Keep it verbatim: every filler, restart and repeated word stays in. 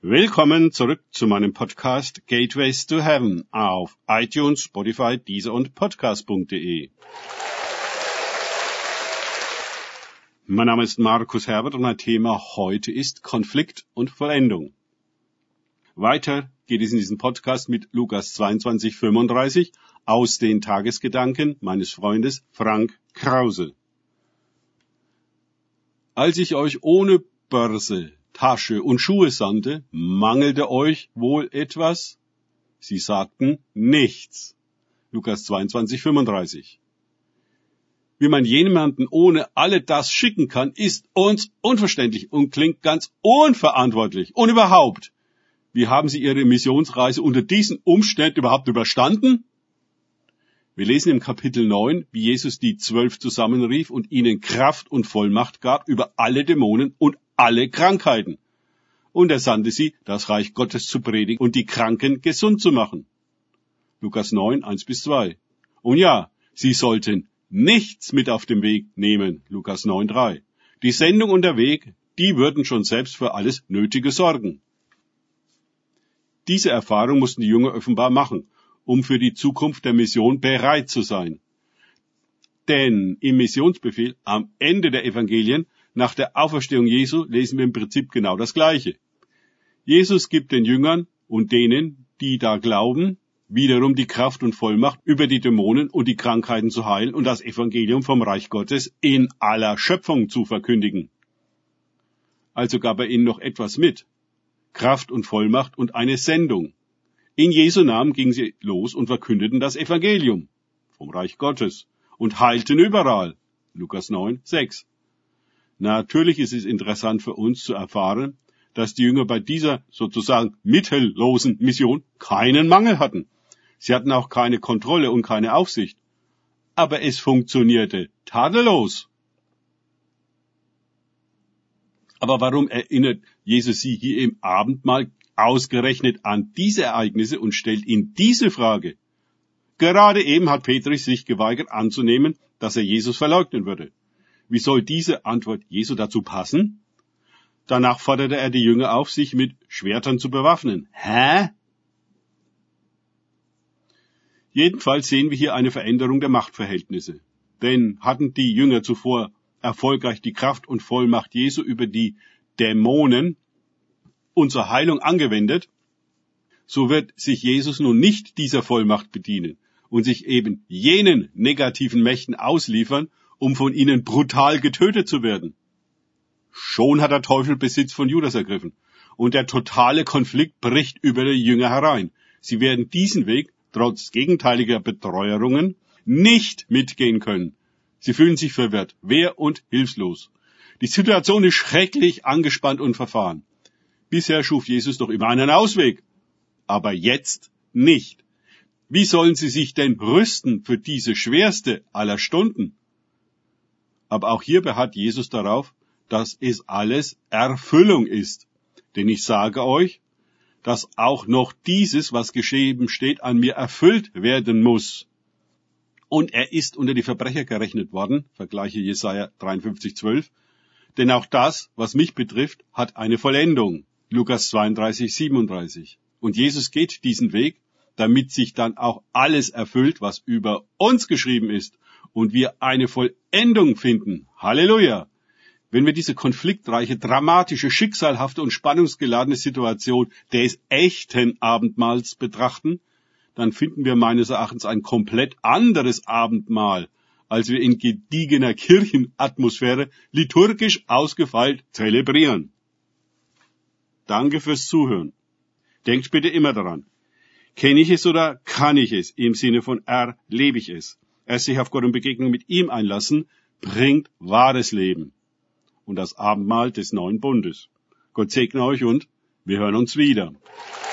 Willkommen zurück zu meinem Podcast Gateways to Heaven auf iTunes, Spotify, Deezer und Podcast punkt de. Mein Name ist Markus Herbert und mein Thema heute ist Konflikt und Vollendung. Weiter geht es in diesem Podcast mit Lukas zweiundzwanzig, fünfunddreißig aus den Tagesgedanken meines Freundes Frank Krause. Als ich euch ohne Börse, Tasche und Schuhe sandte, mangelte euch wohl etwas? Sie sagten nichts. Lukas zweiundzwanzig, fünfunddreißig. Wie man jemanden ohne alle das schicken kann, ist uns unverständlich und klingt ganz unverantwortlich. Und überhaupt, wie haben Sie Ihre Missionsreise unter diesen Umständen überhaupt überstanden? Wir lesen im Kapitel neun, wie Jesus die Zwölf zusammenrief und ihnen Kraft und Vollmacht gab über alle Dämonen und alle Krankheiten. Und er sandte sie, das Reich Gottes zu predigen und die Kranken gesund zu machen. Lukas neun, eins bis zwei. Und ja, sie sollten nichts mit auf den Weg nehmen. Lukas neun, drei. Die Sendung und der Weg, die würden schon selbst für alles Nötige sorgen. Diese Erfahrung mussten die Jünger offenbar machen, um für die Zukunft der Mission bereit zu sein. Denn im Missionsbefehl am Ende der Evangelien nach der Auferstehung Jesu lesen wir im Prinzip genau das Gleiche. Jesus gibt den Jüngern und denen, die da glauben, wiederum die Kraft und Vollmacht, über die Dämonen und die Krankheiten zu heilen und das Evangelium vom Reich Gottes in aller Schöpfung zu verkündigen. Also gab er ihnen noch etwas mit. Kraft und Vollmacht und eine Sendung. In Jesu Namen gingen sie los und verkündeten das Evangelium vom Reich Gottes und heilten überall. Lukas neun, sechs. Natürlich ist es interessant für uns zu erfahren, dass die Jünger bei dieser sozusagen mittellosen Mission keinen Mangel hatten. Sie hatten auch keine Kontrolle und keine Aufsicht. Aber es funktionierte tadellos. Aber warum erinnert Jesus sie hier im Abendmahl ausgerechnet an diese Ereignisse und stellt ihnen diese Frage? Gerade eben hat Petrus sich geweigert anzunehmen, dass er Jesus verleugnen würde. Wie soll diese Antwort Jesu dazu passen? Danach forderte er die Jünger auf, sich mit Schwertern zu bewaffnen. Hä? Jedenfalls sehen wir hier eine Veränderung der Machtverhältnisse. Denn hatten die Jünger zuvor erfolgreich die Kraft und Vollmacht Jesu über die Dämonen und zur Heilung angewendet, so wird sich Jesus nun nicht dieser Vollmacht bedienen und sich eben jenen negativen Mächten ausliefern, um von ihnen brutal getötet zu werden. Schon hat der Teufel Besitz von Judas ergriffen und der totale Konflikt bricht über die Jünger herein. Sie werden diesen Weg, trotz gegenteiliger Betreuerungen, nicht mitgehen können. Sie fühlen sich verwirrt, wehr- und hilflos. Die Situation ist schrecklich angespannt und verfahren. Bisher schuf Jesus doch immer einen Ausweg, aber jetzt nicht. Wie sollen sie sich denn rüsten für diese schwerste aller Stunden? Aber auch hier beharrt Jesus darauf, dass es alles Erfüllung ist. Denn ich sage euch, dass auch noch dieses, was geschrieben steht, an mir erfüllt werden muss. Und er ist unter die Verbrecher gerechnet worden, vergleiche Jesaja dreiundfünfzig, zwölf. Denn auch das, was mich betrifft, hat eine Vollendung. Lukas zweiunddreißig, siebenunddreißig. Und Jesus geht diesen Weg, damit sich dann auch alles erfüllt, was über uns geschrieben ist und wir eine Vollendung finden. Halleluja! Wenn wir diese konfliktreiche, dramatische, schicksalhafte und spannungsgeladene Situation des echten Abendmahls betrachten, dann finden wir meines Erachtens ein komplett anderes Abendmahl, als wir in gediegener Kirchenatmosphäre liturgisch ausgefeilt zelebrieren. Danke fürs Zuhören. Denkt bitte immer daran. Kenne ich es oder kann ich es? Im Sinne von erlebe ich es. Erst sich auf Gott und Begegnung mit ihm einlassen, bringt wahres Leben. Und das Abendmahl des neuen Bundes. Gott segne euch und wir hören uns wieder.